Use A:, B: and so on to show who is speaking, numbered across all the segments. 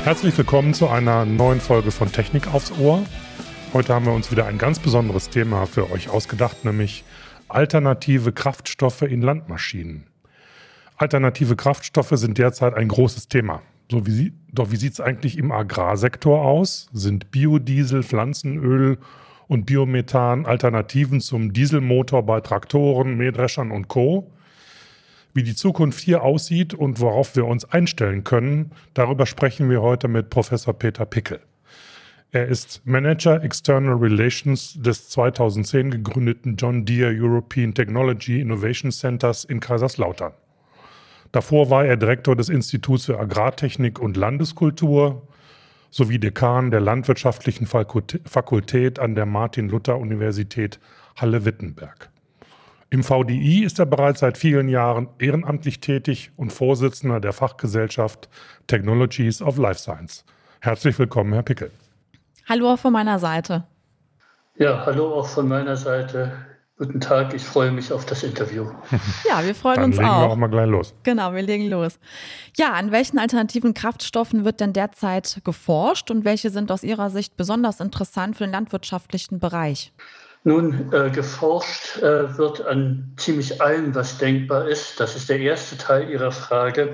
A: Herzlich willkommen zu einer neuen Folge von Technik aufs Ohr. Heute haben wir uns wieder ein ganz besonderes Thema für euch ausgedacht, nämlich alternative Kraftstoffe in Landmaschinen. Alternative Kraftstoffe sind derzeit ein großes Thema. Doch wie sieht es eigentlich im Agrarsektor aus? Sind Biodiesel, Pflanzenöl und Biomethan Alternativen zum Dieselmotor bei Traktoren, Mähdreschern und Co.? Wie die Zukunft hier aussieht und worauf wir uns einstellen können, darüber sprechen wir heute mit Professor Peter Pickel. Er ist Manager External Relations des 2010 gegründeten John Deere European Technology Innovation Centers in Kaiserslautern. Davor war er Direktor des Instituts für Agrartechnik und Landeskultur sowie Dekan der Landwirtschaftlichen Fakultät an der Martin-Luther-Universität Halle-Wittenberg. Im VDI ist er bereits seit vielen Jahren ehrenamtlich tätig und Vorsitzender der Fachgesellschaft Technologies of Life Science. Herzlich willkommen, Herr Pickel.
B: Hallo auch von meiner Seite.
C: Ja, hallo auch von meiner Seite. Guten Tag, ich freue mich auf das Interview.
B: Ja, wir freuen uns auch.
A: Dann legen wir auch mal gleich los.
B: Genau, wir legen los. Ja, an welchen alternativen Kraftstoffen wird denn derzeit geforscht und welche sind aus Ihrer Sicht besonders interessant für den landwirtschaftlichen Bereich?
C: Nun, geforscht wird an ziemlich allem, was denkbar ist. Das ist der erste Teil Ihrer Frage.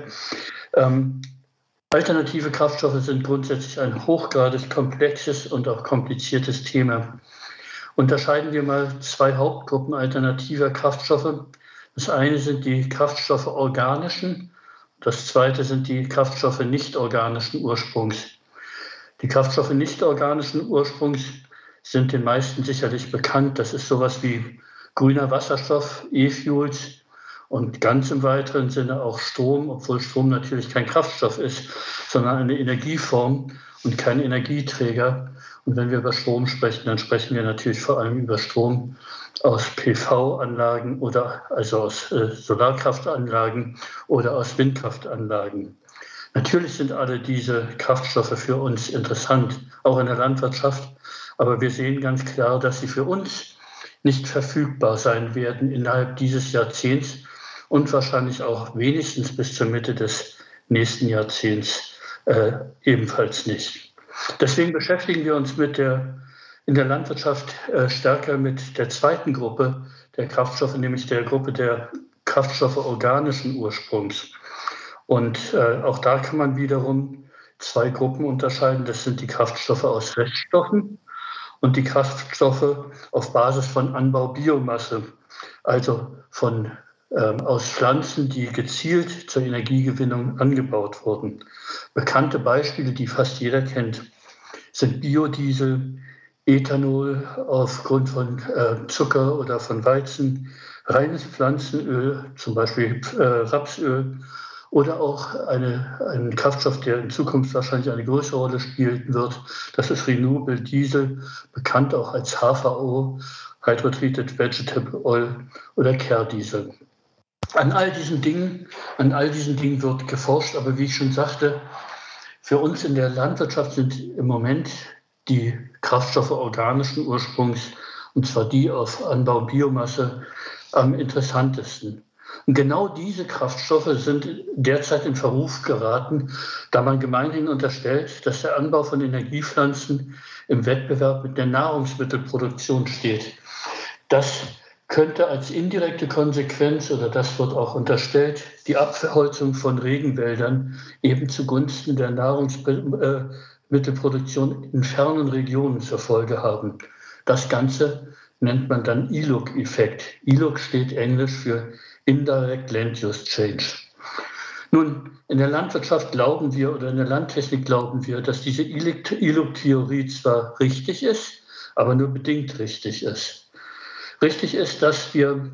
C: Alternative Kraftstoffe sind grundsätzlich ein hochgradig komplexes und auch kompliziertes Thema. Unterscheiden wir mal zwei Hauptgruppen alternativer Kraftstoffe. Das eine sind die Kraftstoffe organischen, das zweite sind die Kraftstoffe nicht-organischen Ursprungs. Die Kraftstoffe nicht-organischen Ursprungs sind den meisten sicherlich bekannt. Das ist sowas wie grüner Wasserstoff, E-Fuels und ganz im weiteren Sinne auch Strom, obwohl Strom natürlich kein Kraftstoff ist, sondern eine Energieform und kein Energieträger. Und wenn wir über Strom sprechen, dann sprechen wir natürlich vor allem über Strom aus PV-Anlagen oder also aus Solarkraftanlagen oder aus Windkraftanlagen. Natürlich sind alle diese Kraftstoffe für uns interessant, auch in der Landwirtschaft. Aber wir sehen ganz klar, dass sie für uns nicht verfügbar sein werden innerhalb dieses Jahrzehnts und wahrscheinlich auch wenigstens bis zur Mitte des nächsten Jahrzehnts ebenfalls nicht. Deswegen beschäftigen wir uns in der Landwirtschaft stärker mit der zweiten Gruppe der Kraftstoffe, nämlich der Gruppe der Kraftstoffe organischen Ursprungs. Und auch da kann man wiederum zwei Gruppen unterscheiden. Das sind die Kraftstoffe aus Reststoffen und die Kraftstoffe auf Basis von Anbaubiomasse, also aus Pflanzen, die gezielt zur Energiegewinnung angebaut wurden. Bekannte Beispiele, die fast jeder kennt, sind Biodiesel, Ethanol aufgrund von Zucker oder von Weizen, reines Pflanzenöl, zum Beispiel Rapsöl, oder auch ein Kraftstoff, der in Zukunft wahrscheinlich eine größere Rolle spielen wird. Das ist Renewable Diesel, bekannt auch als HVO, Hydrotreated Vegetable Oil oder Care-Diesel. An all diesen Dingen wird geforscht, aber wie ich schon sagte, für uns in der Landwirtschaft sind im Moment die Kraftstoffe organischen Ursprungs, und zwar die auf Anbaubiomasse, am interessantesten. Und genau diese Kraftstoffe sind derzeit in Verruf geraten, da man gemeinhin unterstellt, dass der Anbau von Energiepflanzen im Wettbewerb mit der Nahrungsmittelproduktion steht. Das könnte als indirekte Konsequenz, oder das wird auch unterstellt, die Abholzung von Regenwäldern eben zugunsten der Nahrungsmittelproduktion in fernen Regionen zur Folge haben. Das Ganze nennt man dann ILUC-Effekt. ILUC steht englisch für Indirect Land Use Change. Nun, in der Landwirtschaft glauben wir oder in der Landtechnik glauben wir, dass diese ILUC-Theorie zwar richtig ist, aber nur bedingt richtig ist. Richtig ist, dass wir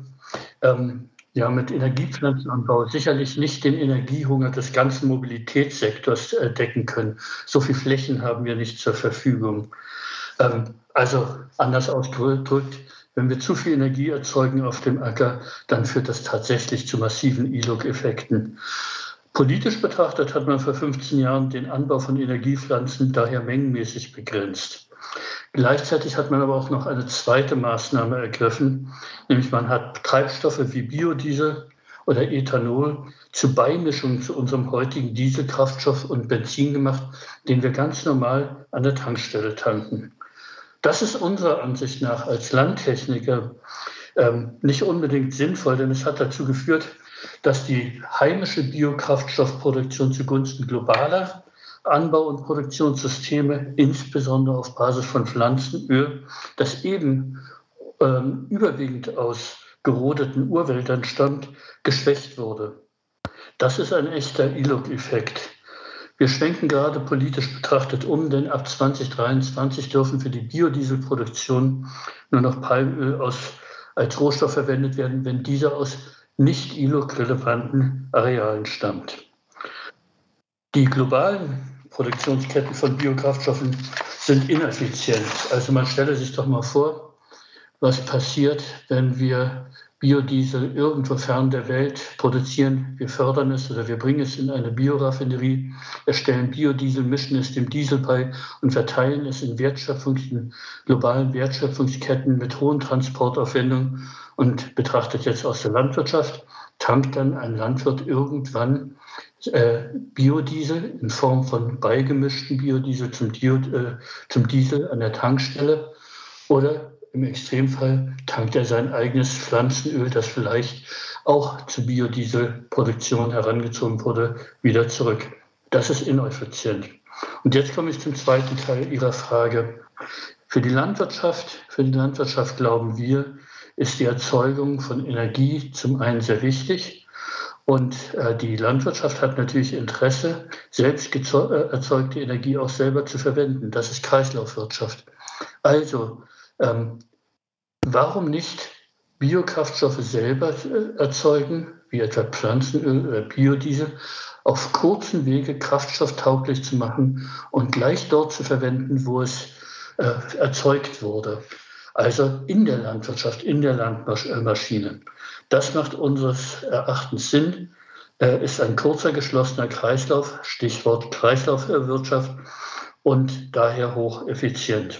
C: mit Energiepflanzenanbau sicherlich nicht den Energiehunger des ganzen Mobilitätssektors decken können. So viel Flächen haben wir nicht zur Verfügung. Also anders ausgedrückt, wenn wir zu viel Energie erzeugen auf dem Acker, dann führt das tatsächlich zu massiven ILUC-Effekten. Politisch betrachtet hat man vor 15 Jahren den Anbau von Energiepflanzen daher mengenmäßig begrenzt. Gleichzeitig hat man aber auch noch eine zweite Maßnahme ergriffen, nämlich man hat Treibstoffe wie Biodiesel oder Ethanol zu Beimischungen zu unserem heutigen Dieselkraftstoff und Benzin gemacht, den wir ganz normal an der Tankstelle tanken. Das ist unserer Ansicht nach als Landtechniker nicht unbedingt sinnvoll, denn es hat dazu geführt, dass die heimische Biokraftstoffproduktion zugunsten globaler Anbau- und Produktionssysteme, insbesondere auf Basis von Pflanzenöl, das eben überwiegend aus gerodeten Urwäldern stammt, geschwächt wurde. Das ist ein echter ILUC-Effekt. Wir schwenken gerade politisch betrachtet um, denn ab 2023 dürfen für die Biodieselproduktion nur noch Palmöl als Rohstoff verwendet werden, wenn dieser aus nicht ILUC-relevanten Arealen stammt. Die globalen Produktionsketten von Biokraftstoffen sind ineffizient. Also man stelle sich doch mal vor, was passiert, wenn wir Biodiesel irgendwo fern der Welt produzieren. Wir fördern es oder wir bringen es in eine Bioraffinerie, erstellen Biodiesel, mischen es dem Diesel bei und verteilen es in globalen Wertschöpfungsketten mit hohen Transportaufwendungen. Und betrachtet jetzt aus der Landwirtschaft, tankt dann ein Landwirt irgendwann Biodiesel in Form von beigemischten Biodiesel zum Diesel an der Tankstelle oder im Extremfall tankt er sein eigenes Pflanzenöl, das vielleicht auch zur Biodieselproduktion herangezogen wurde, wieder zurück. Das ist ineffizient. Und jetzt komme ich zum zweiten Teil Ihrer Frage. Für die Landwirtschaft glauben wir, ist die Erzeugung von Energie zum einen sehr wichtig. Und die Landwirtschaft hat natürlich Interesse, selbst erzeugte Energie auch selber zu verwenden. Das ist Kreislaufwirtschaft. Also, warum nicht Biokraftstoffe selber erzeugen, wie etwa Pflanzenöl oder Biodiesel, auf kurzen Wege kraftstofftauglich zu machen und gleich dort zu verwenden, wo es erzeugt wurde. Also in der Landwirtschaft, in der Landmaschine. Das macht unseres Erachtens Sinn, ist ein kurzer geschlossener Kreislauf, Stichwort Kreislaufwirtschaft und daher hocheffizient.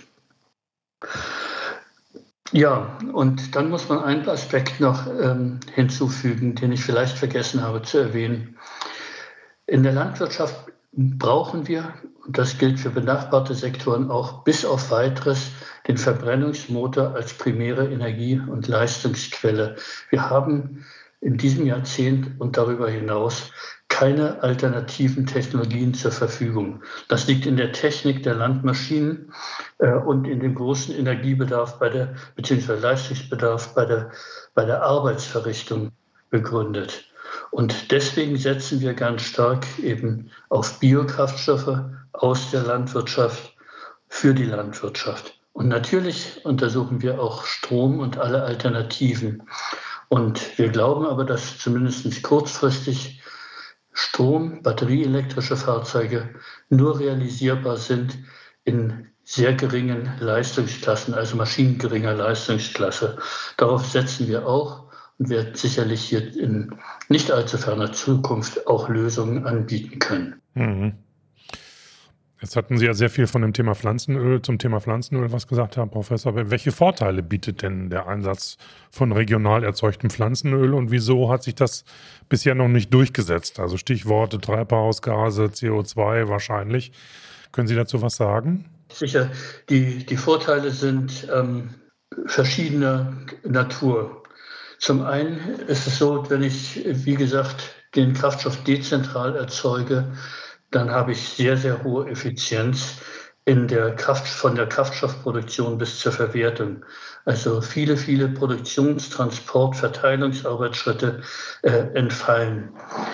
C: Ja, und dann muss man einen Aspekt noch hinzufügen, den ich vielleicht vergessen habe zu erwähnen. In der Landwirtschaft brauchen wir, und das gilt für benachbarte Sektoren auch, bis auf Weiteres den Verbrennungsmotor als primäre Energie- und Leistungsquelle. Wir haben in diesem Jahrzehnt und darüber hinaus keine alternativen Technologien zur Verfügung. Das liegt in der Technik der Landmaschinen und in dem großen Energiebedarf bzw. Leistungsbedarf bei der Arbeitsverrichtung begründet. Und deswegen setzen wir ganz stark eben auf Biokraftstoffe aus der Landwirtschaft für die Landwirtschaft. Und natürlich untersuchen wir auch Strom und alle Alternativen. Und wir glauben aber, dass zumindest kurzfristig Strom, batterieelektrische Fahrzeuge nur realisierbar sind in sehr geringen Leistungsklassen, also maschinengeringer Leistungsklasse. Darauf setzen wir auch und werden sicherlich hier in nicht allzu ferner Zukunft auch Lösungen anbieten können.
A: Mhm. Jetzt hatten Sie ja sehr viel von dem Thema Pflanzenöl zum Thema Pflanzenöl was gesagt, Herr Professor. Aber welche Vorteile bietet denn der Einsatz von regional erzeugtem Pflanzenöl und wieso hat sich das bisher noch nicht durchgesetzt? Also Stichworte Treibhausgase, CO2 wahrscheinlich. Können Sie dazu was sagen?
C: Sicher, die Vorteile sind verschiedener Natur. Zum einen ist es so, wenn ich, wie gesagt, den Kraftstoff dezentral erzeuge, dann habe ich sehr, sehr hohe Effizienz von der Kraftstoffproduktion bis zur Verwertung. Also viele, viele Produktions-, Transport-, Verteilungsarbeitsschritte entfallen.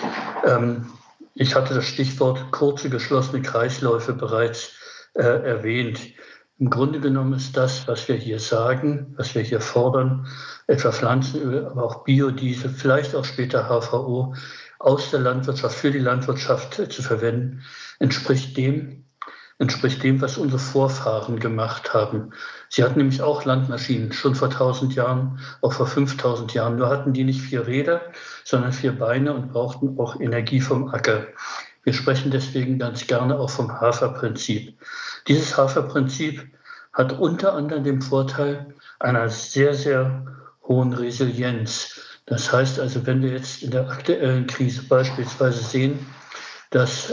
C: Ich hatte das Stichwort kurze geschlossene Kreisläufe bereits erwähnt. Im Grunde genommen ist das, was wir hier sagen, was wir hier fordern, etwa Pflanzenöl, aber auch Biodiesel, vielleicht auch später HVO, aus der Landwirtschaft, für die Landwirtschaft zu verwenden, entspricht dem, was unsere Vorfahren gemacht haben. Sie hatten nämlich auch Landmaschinen, schon vor 1000 Jahren, auch vor 5000 Jahren. Nur hatten die nicht 4 Räder, sondern 4 Beine und brauchten auch Energie vom Acker. Wir sprechen deswegen ganz gerne auch vom Haferprinzip. Dieses Haferprinzip hat unter anderem den Vorteil einer sehr, sehr hohen Resilienz. Das heißt also, wenn wir jetzt in der aktuellen Krise beispielsweise sehen, dass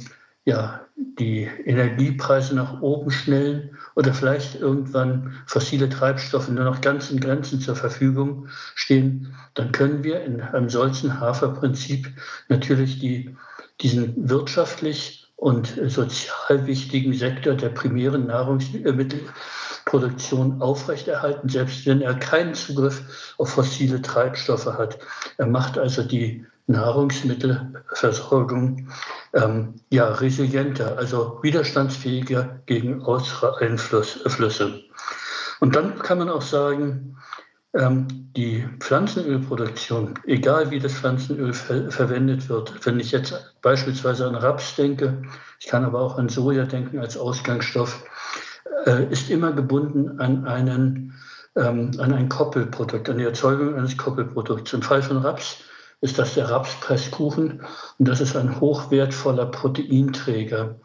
C: die Energiepreise nach oben schnellen oder vielleicht irgendwann fossile Treibstoffe nur noch ganz in Grenzen zur Verfügung stehen, dann können wir in einem solchen Haferprinzip natürlich diesen wirtschaftlich und sozial wichtigen Sektor der primären Nahrungsmittelproduktion aufrechterhalten, selbst wenn er keinen Zugriff auf fossile Treibstoffe hat. Er macht also die Nahrungsmittelversorgung resilienter, also widerstandsfähiger gegen äußere Einflüsse. Und dann kann man auch sagen, die Pflanzenölproduktion, egal wie das Pflanzenöl verwendet wird, wenn ich jetzt beispielsweise an Raps denke, ich kann aber auch an Soja denken als Ausgangsstoff, ist immer gebunden an ein Koppelprodukt, an die Erzeugung eines Koppelprodukts. Im Fall von Raps ist das der Rapspresskuchen und das ist ein hochwertvoller Proteinträger,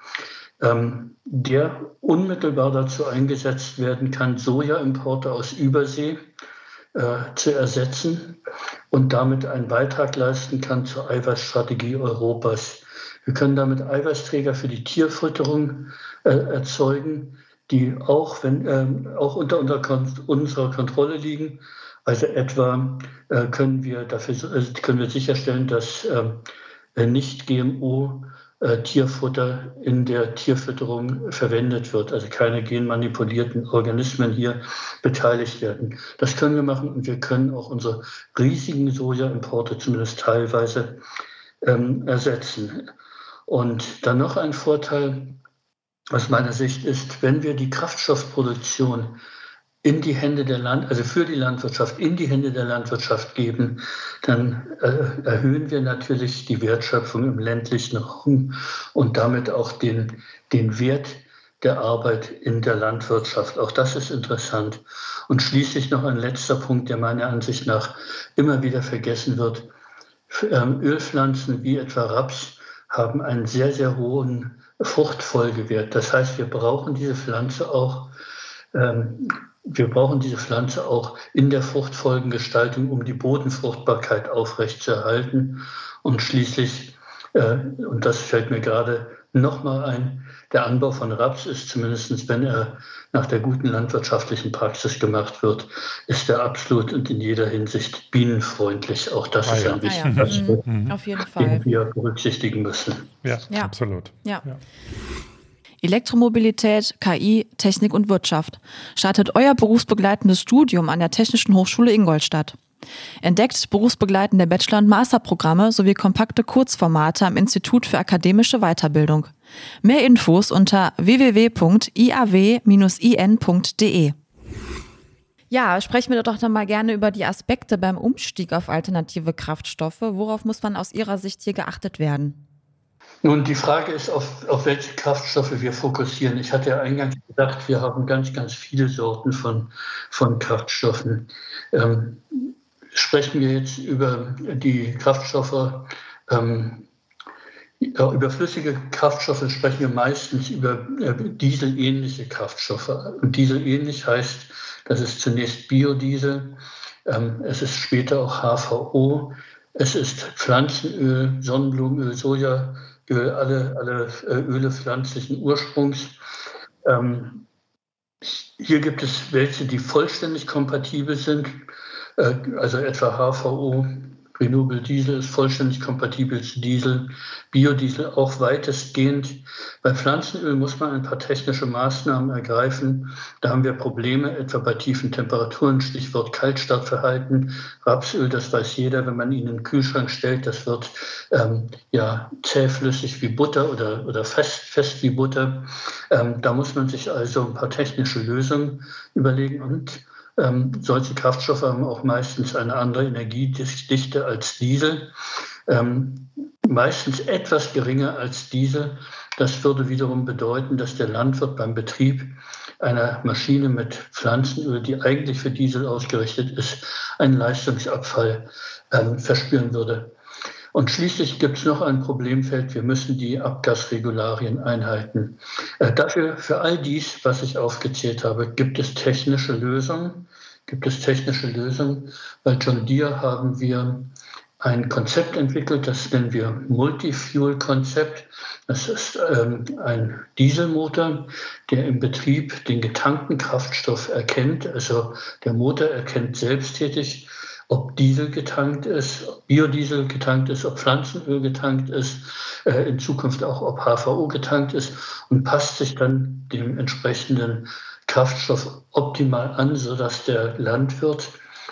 C: der unmittelbar dazu eingesetzt werden kann, Sojaimporte aus Übersee zu ersetzen und damit einen Beitrag leisten kann zur Eiweißstrategie Europas. Wir können damit Eiweißträger für die Tierfütterung erzeugen, die auch unter unserer Kontrolle liegen. Also etwa können wir sicherstellen, dass nicht GMO Tierfutter in der Tierfütterung verwendet wird, also keine genmanipulierten Organismen hier beteiligt werden. Das können wir machen und wir können auch unsere riesigen Sojaimporte zumindest teilweise ersetzen. Und dann noch ein Vorteil aus meiner Sicht ist, wenn wir die Kraftstoffproduktion in die Hände für die Landwirtschaft, in die Hände der Landwirtschaft geben, dann erhöhen wir natürlich die Wertschöpfung im ländlichen Raum und damit auch den Wert der Arbeit in der Landwirtschaft. Auch das ist interessant. Und schließlich noch ein letzter Punkt, der meiner Ansicht nach immer wieder vergessen wird. Ölpflanzen wie etwa Raps haben einen sehr, sehr hohen Fruchtfolgewert. Das heißt, wir brauchen diese Pflanze auch in der Fruchtfolgengestaltung, um die Bodenfruchtbarkeit aufrechtzuerhalten. Und schließlich, und das fällt mir gerade nochmal ein, der Anbau von Raps ist zumindest, wenn er nach der guten landwirtschaftlichen Praxis gemacht wird, ist er absolut und in jeder Hinsicht bienenfreundlich. Auch das ist ein wichtiger Aspekt,
B: auf jeden Fall,
C: den wir berücksichtigen müssen.
A: Ja, absolut.
B: Ja. Elektromobilität, KI, Technik und Wirtschaft. Startet euer berufsbegleitendes Studium an der Technischen Hochschule Ingolstadt. Entdeckt berufsbegleitende Bachelor- und Masterprogramme sowie kompakte Kurzformate am Institut für akademische Weiterbildung. Mehr Infos unter www.iaw-in.de. Ja, sprechen wir doch dann mal gerne über die Aspekte beim Umstieg auf alternative Kraftstoffe. Worauf muss man aus Ihrer Sicht hier geachtet werden?
C: Nun, die Frage ist, auf welche Kraftstoffe wir fokussieren. Ich hatte ja eingangs gesagt, wir haben ganz, ganz viele Sorten von Kraftstoffen. Sprechen wir jetzt über die Kraftstoffe, über flüssige Kraftstoffe sprechen wir meistens über dieselähnliche Kraftstoffe. Und dieselähnlich heißt, das ist zunächst Biodiesel, es ist später auch HVO, es ist Pflanzenöl, Sonnenblumenöl, Sojaöl, alle Öle pflanzlichen Ursprungs. Hier gibt es welche, die vollständig kompatibel sind, also etwa HVO, Renewable Diesel ist vollständig kompatibel zu Diesel, Biodiesel auch weitestgehend. Bei Pflanzenöl muss man ein paar technische Maßnahmen ergreifen. Da haben wir Probleme, etwa bei tiefen Temperaturen, Stichwort Kaltstartverhalten. Rapsöl, das weiß jeder, wenn man ihn in den Kühlschrank stellt, das wird zähflüssig wie Butter oder fest wie Butter. Da muss man sich also ein paar technische Lösungen überlegen und solche Kraftstoffe haben auch meistens eine andere Energiedichte als Diesel, meistens etwas geringer als Diesel. Das würde wiederum bedeuten, dass der Landwirt beim Betrieb einer Maschine mit Pflanzenöl, die eigentlich für Diesel ausgerichtet ist, einen Leistungsabfall verspüren würde. Und schließlich gibt es noch ein Problemfeld, wir müssen die Abgasregularien einhalten. Für all dies, was ich aufgezählt habe, gibt es technische Lösungen, gibt es technische Lösungen. Bei John Deere haben wir ein Konzept entwickelt, das nennen wir Multifuel-Konzept. Das ist ein Dieselmotor, der im Betrieb den getankten Kraftstoff erkennt. Also der Motor erkennt selbsttätig, ob Diesel getankt ist, ob Biodiesel getankt ist, ob Pflanzenöl getankt ist, in Zukunft auch ob HVO getankt ist und passt sich dann dem entsprechenden Kraftstoff optimal an, sodass der Landwirt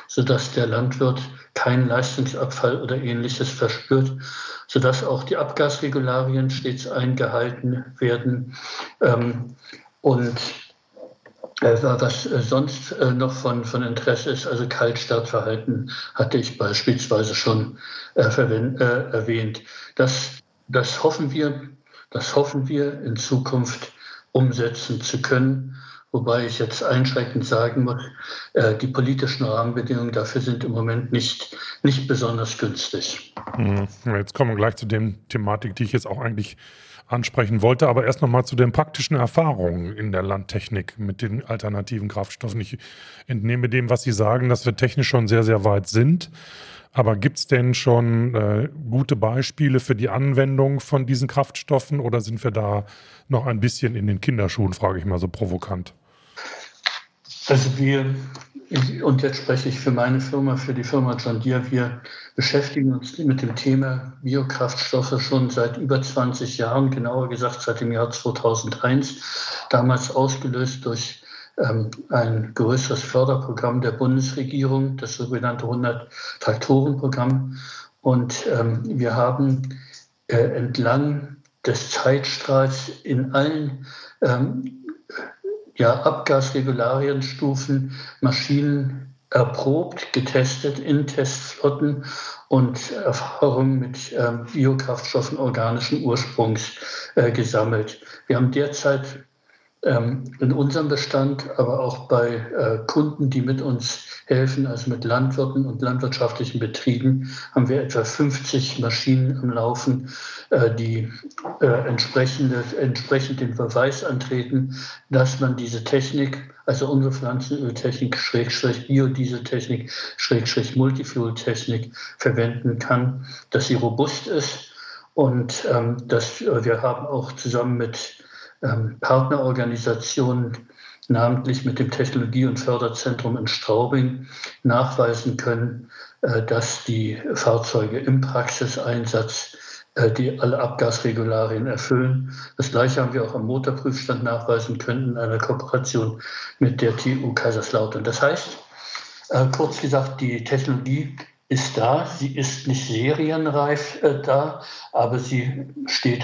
C: keinen Leistungsabfall oder Ähnliches verspürt, sodass auch die Abgasregularien stets eingehalten werden. Und was sonst noch von Interesse ist, also Kaltstartverhalten, hatte ich beispielsweise schon erwähnt. Das hoffen wir in Zukunft umsetzen zu können. Wobei ich jetzt einschränkend sagen muss, die politischen Rahmenbedingungen dafür sind im Moment nicht besonders günstig.
A: Jetzt kommen wir gleich zu der Thematik, die ich jetzt auch eigentlich ansprechen wollte, aber erst nochmal zu den praktischen Erfahrungen in der Landtechnik mit den alternativen Kraftstoffen. Ich entnehme dem, was Sie sagen, dass wir technisch schon sehr, sehr weit sind. Aber gibt es denn schon gute Beispiele für die Anwendung von diesen Kraftstoffen oder sind wir da noch ein bisschen in den Kinderschuhen, frage ich mal so provokant?
C: Also und jetzt spreche ich für meine Firma, für die Firma John Deere, wir beschäftigen uns mit dem Thema Biokraftstoffe schon seit über 20 Jahren, genauer gesagt seit dem Jahr 2001, damals ausgelöst durch ein größeres Förderprogramm der Bundesregierung, das sogenannte 100-Traktoren-Programm. Und wir haben entlang des Zeitstrahls in allen Abgasregularienstufen Maschinen erprobt, getestet in Testflotten und Erfahrungen mit Biokraftstoffen organischen Ursprungs gesammelt. Wir haben derzeit in unserem Bestand, aber auch bei Kunden, die mit uns helfen, also mit Landwirten und landwirtschaftlichen Betrieben, haben wir etwa 50 Maschinen am Laufen, die entsprechend den Beweis antreten, dass man diese Technik, also unsere Pflanzenöltechnik, Biodieseltechnik, Multifuel-Technik verwenden kann, dass sie robust ist und wir haben auch zusammen mit Partnerorganisationen, namentlich mit dem Technologie- und Förderzentrum in Straubing, nachweisen können, dass die Fahrzeuge im Praxiseinsatz die alle Abgasregularien erfüllen. Das Gleiche haben wir auch am Motorprüfstand nachweisen können in einer Kooperation mit der TU Kaiserslautern. Das heißt, kurz gesagt, die Technologie ist da, sie ist nicht serienreif da, aber sie steht,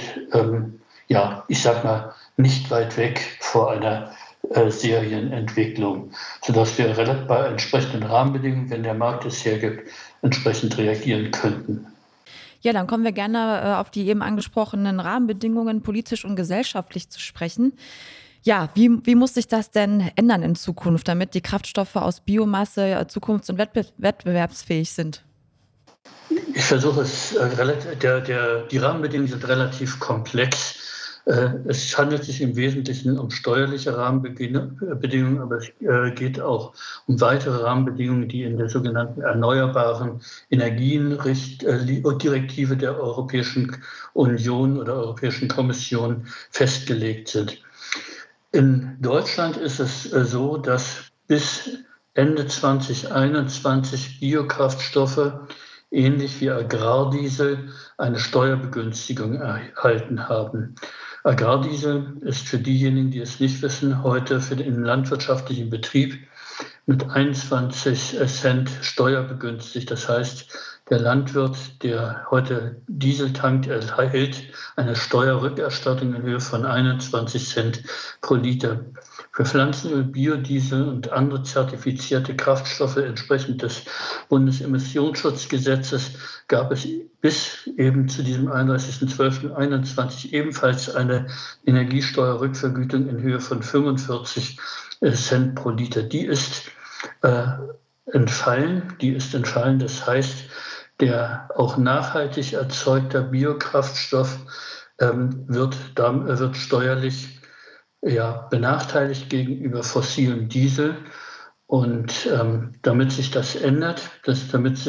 C: ich sag mal, nicht weit weg vor einer Serienentwicklung, sodass wir bei entsprechenden Rahmenbedingungen, wenn der Markt es hergibt, entsprechend reagieren könnten.
B: Ja, dann kommen wir gerne auf die eben angesprochenen Rahmenbedingungen politisch und gesellschaftlich zu sprechen. Ja, wie muss sich das denn ändern in Zukunft, damit die Kraftstoffe aus Biomasse zukunfts- und wettbewerbsfähig sind?
C: Ich versuche es, die Rahmenbedingungen sind relativ komplex. Es handelt sich im Wesentlichen um steuerliche Rahmenbedingungen, aber es geht auch um weitere Rahmenbedingungen, die in der sogenannten Erneuerbaren Energien Direktive der Europäischen Union oder Europäischen Kommission festgelegt sind. In Deutschland ist es so, dass bis Ende 2021 Biokraftstoffe ähnlich wie Agrardiesel eine Steuerbegünstigung erhalten haben. Agrardiesel ist für diejenigen, die es nicht wissen, heute für den landwirtschaftlichen Betrieb mit 21 Cent steuerbegünstigt. Das heißt, der Landwirt, der heute Diesel tankt, erhält eine Steuerrückerstattung in Höhe von 21 Cent pro Liter. Für Pflanzenöl, Biodiesel und andere zertifizierte Kraftstoffe entsprechend des Bundesemissionsschutzgesetzes gab es bis eben zu diesem 31.12.21 ebenfalls eine Energiesteuerrückvergütung in Höhe von 45 Cent pro Liter. Die ist entfallen. Das heißt, der auch nachhaltig erzeugter Biokraftstoff wird steuerlich benachteiligt gegenüber fossilem Diesel. Und damit sich das ändert, damit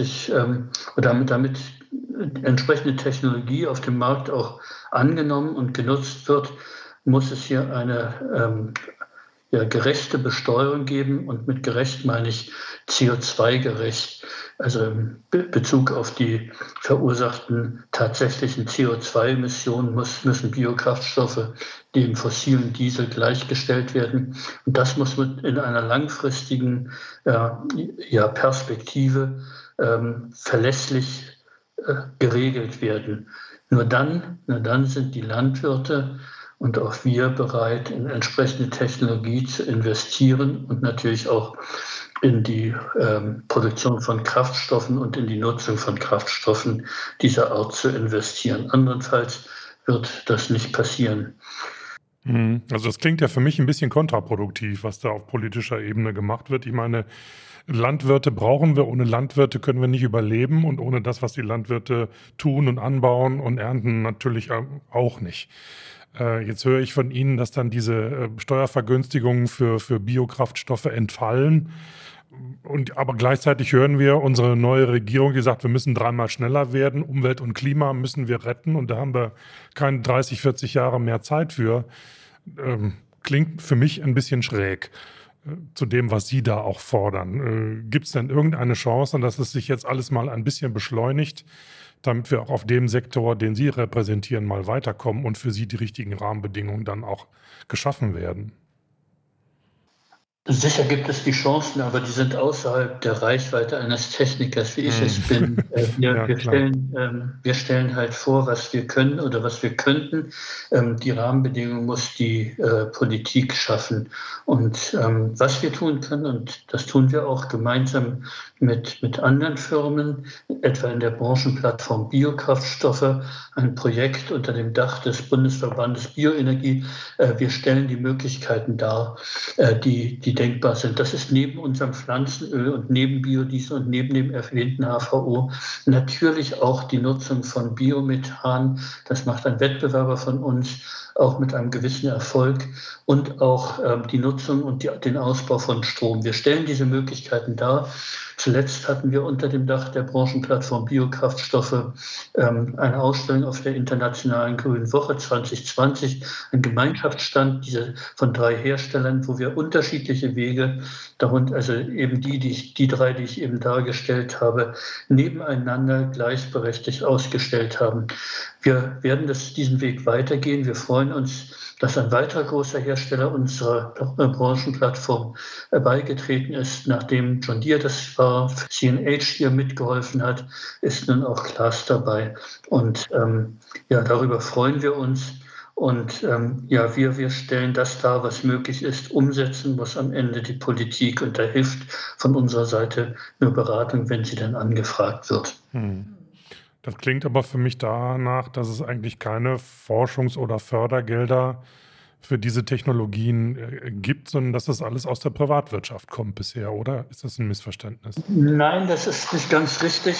C: entsprechende Technologie auf dem Markt auch angenommen und genutzt wird, muss es hier eine gerechte Besteuerung geben. Und mit gerecht meine ich CO2-gerecht, also in Bezug auf die verursachten tatsächlichen CO2-Emissionen müssen Biokraftstoffe dem fossilen Diesel gleichgestellt werden. Und das muss in einer langfristigen Perspektive verlässlich geregelt werden. Nur dann sind die Landwirte und auch wir bereit, in entsprechende Technologie zu investieren und natürlich auch in die Produktion von Kraftstoffen und in die Nutzung von Kraftstoffen dieser Art zu investieren. Andernfalls wird das nicht passieren.
A: Also das klingt ja für mich ein bisschen kontraproduktiv, was da auf politischer Ebene gemacht wird. Ich meine, Landwirte brauchen wir, ohne Landwirte können wir nicht überleben und ohne das, was die Landwirte tun und anbauen und ernten, natürlich auch nicht. Jetzt höre ich von Ihnen, dass dann diese Steuervergünstigungen für Biokraftstoffe entfallen. Aber gleichzeitig hören wir unsere neue Regierung, die sagt, wir müssen 3-mal schneller werden, Umwelt und Klima müssen wir retten und da haben wir keine 30, 40 Jahre mehr Zeit für. Klingt für mich ein bisschen schräg zu dem, was Sie da auch fordern. Gibt es denn irgendeine Chance, dass es sich jetzt alles mal ein bisschen beschleunigt, damit wir auch auf dem Sektor, den Sie repräsentieren, mal weiterkommen und für Sie die richtigen Rahmenbedingungen dann auch geschaffen werden?
C: Sicher gibt es die Chancen, aber die sind außerhalb der Reichweite eines Technikers, wie ich es bin. Wir stellen halt vor, was wir können oder was wir könnten. Die Rahmenbedingungen muss die Politik schaffen. Und was wir tun können, und das tun wir auch gemeinsam mit anderen Firmen, etwa in der Branchenplattform Biokraftstoffe, ein Projekt unter dem Dach des Bundesverbandes Bioenergie. Wir stellen die Möglichkeiten dar, die denkbar sind. Das ist neben unserem Pflanzenöl und neben Biodiesel und neben dem erwähnten HVO natürlich auch die Nutzung von Biomethan. Das macht ein Wettbewerber von uns, auch mit einem gewissen Erfolg, und auch die Nutzung und den Ausbau von Strom. Wir stellen diese Möglichkeiten dar. Zuletzt hatten wir unter dem Dach der Branchenplattform Biokraftstoffe eine Ausstellung auf der Internationalen Grünen Woche 2020, ein Gemeinschaftsstand von 3 Herstellern, wo wir unterschiedliche Wege, darunter also eben die 3, die ich eben dargestellt habe, nebeneinander gleichberechtigt ausgestellt haben. Wir werden diesen Weg weitergehen. Wir freuen uns, dass ein weiterer großer Hersteller unserer Branchenplattform beigetreten ist. Nachdem John Deere das war, CNH hier mitgeholfen hat, ist nun auch Claas dabei. Und darüber freuen wir uns. Und wir stellen das dar, was möglich ist, umsetzen, was am Ende die Politik, und da hilft von unserer Seite nur Beratung, wenn sie dann angefragt wird.
A: Das klingt aber für mich danach, dass es eigentlich keine Forschungs- oder Fördergelder für diese Technologien gibt, sondern dass das alles aus der Privatwirtschaft kommt bisher, oder? Ist das ein Missverständnis?
C: Nein, das ist nicht ganz richtig.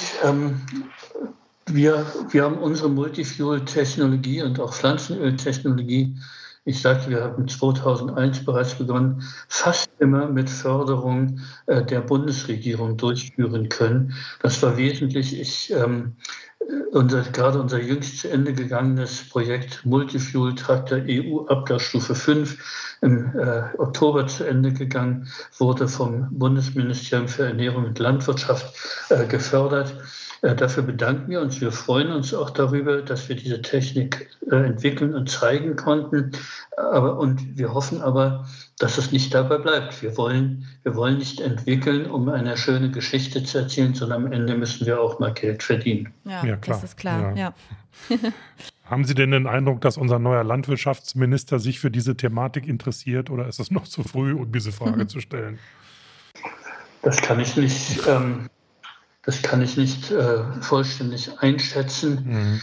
C: Wir haben unsere Multifuel-Technologie und auch Pflanzenöltechnologie, ich sagte, wir haben 2001 bereits begonnen, fast immer mit Förderung der Bundesregierung durchführen können. Das war wesentlich. Gerade unser jüngst zu Ende gegangenes Projekt Multifuel Traktor EU Abgasstufe 5 im Oktober zu Ende gegangen, wurde vom Bundesministerium für Ernährung und Landwirtschaft gefördert. Dafür bedanken wir uns. Wir freuen uns auch darüber, dass wir diese Technik entwickeln und zeigen konnten. Und wir hoffen aber, dass es nicht dabei bleibt. Wir wollen nicht entwickeln, um eine schöne Geschichte zu erzählen, sondern am Ende müssen wir auch mal Geld verdienen.
B: Ja, klar. Das ist klar. Ja.
A: Haben Sie denn den Eindruck, dass unser neuer Landwirtschaftsminister sich für diese Thematik interessiert, oder ist es noch zu früh, um diese Frage zu stellen?
C: Das kann ich nicht. Das kann ich nicht vollständig einschätzen.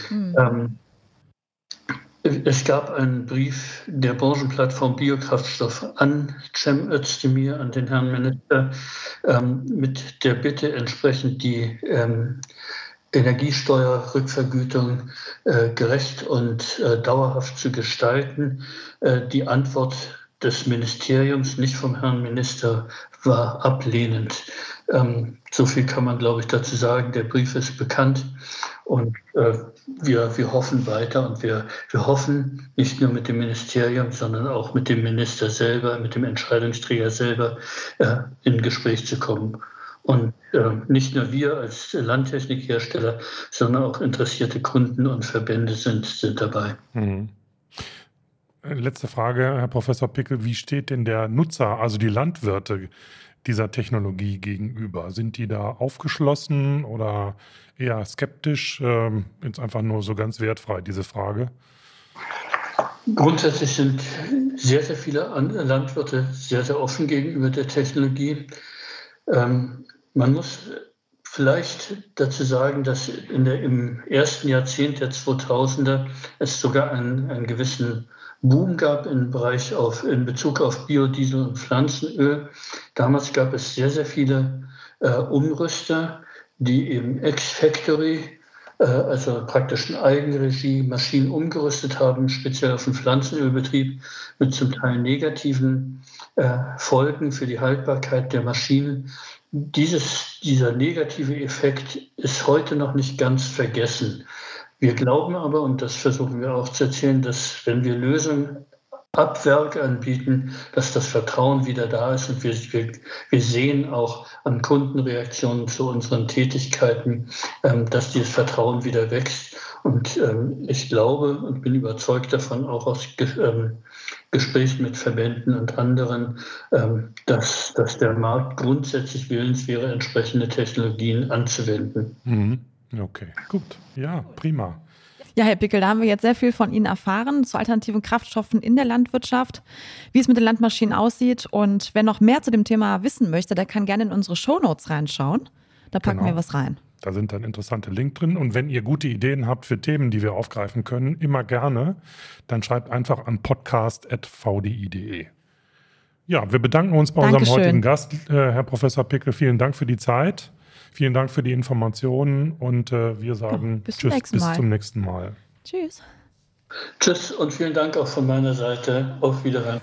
C: Es gab einen Brief der Branchenplattform Biokraftstoff an Cem Özdemir, an den Herrn Minister, mit der Bitte, entsprechend die Energiesteuerrückvergütung gerecht und dauerhaft zu gestalten. Die Antwort des Ministeriums, nicht vom Herrn Minister, war ablehnend. So viel kann man, glaube ich, dazu sagen. Der Brief ist bekannt und wir hoffen weiter und wir hoffen nicht nur mit dem Ministerium, sondern auch mit dem Minister selber, mit dem Entscheidungsträger selber in Gespräch zu kommen. Und nicht nur wir als Landtechnikhersteller, sondern auch interessierte Kunden und Verbände sind dabei.
A: Mhm. Letzte Frage, Herr Professor Pickel. Wie steht denn der Nutzer, also die Landwirte, dieser Technologie gegenüber? Sind die da aufgeschlossen oder eher skeptisch? Jetzt einfach nur so ganz wertfrei, diese Frage.
C: Grundsätzlich sind sehr, sehr viele Landwirte sehr, sehr offen gegenüber der Technologie. Man muss vielleicht dazu sagen, dass im ersten Jahrzehnt der 2000er es sogar einen gewissen Boom gab in Bezug auf Biodiesel und Pflanzenöl. Damals gab es sehr, sehr viele Umrüster, die eben ex-factory, also praktisch in Eigenregie, Maschinen umgerüstet haben, speziell auf den Pflanzenölbetrieb, mit zum Teil negativen Folgen für die Haltbarkeit der Maschinen. Dieser negative Effekt ist heute noch nicht ganz vergessen. Wir glauben aber, und das versuchen wir auch zu erzählen, dass wenn wir Lösungen ab Werk anbieten, dass das Vertrauen wieder da ist. Und wir sehen auch an Kundenreaktionen zu unseren Tätigkeiten, dass dieses Vertrauen wieder wächst. Und ich glaube und bin überzeugt davon, auch aus Gesprächen mit Verbänden und anderen, dass der Markt grundsätzlich willens wäre, entsprechende Technologien anzuwenden.
A: Mhm. Okay, gut. Ja, prima.
B: Ja, Herr Pickel, da haben wir jetzt sehr viel von Ihnen erfahren zu alternativen Kraftstoffen in der Landwirtschaft, wie es mit den Landmaschinen aussieht. Und wer noch mehr zu dem Thema wissen möchte, der kann gerne in unsere Shownotes reinschauen. Da packen wir was rein.
A: Da sind dann interessante Links drin. Und wenn ihr gute Ideen habt für Themen, die wir aufgreifen können, immer gerne, dann schreibt einfach an podcast@vdi.de. Ja, wir bedanken uns bei unserem heutigen Gast, Herr Professor Pickel. Vielen Dank für die Zeit. Vielen Dank für die Informationen und wir sagen Tschüss, bis zum nächsten Mal.
B: Tschüss.
C: Tschüss und vielen Dank auch von meiner Seite. Auf Wiederhören.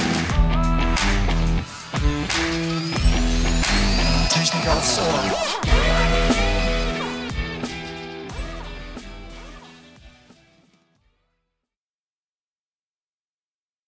D: Technik aufs Ohr.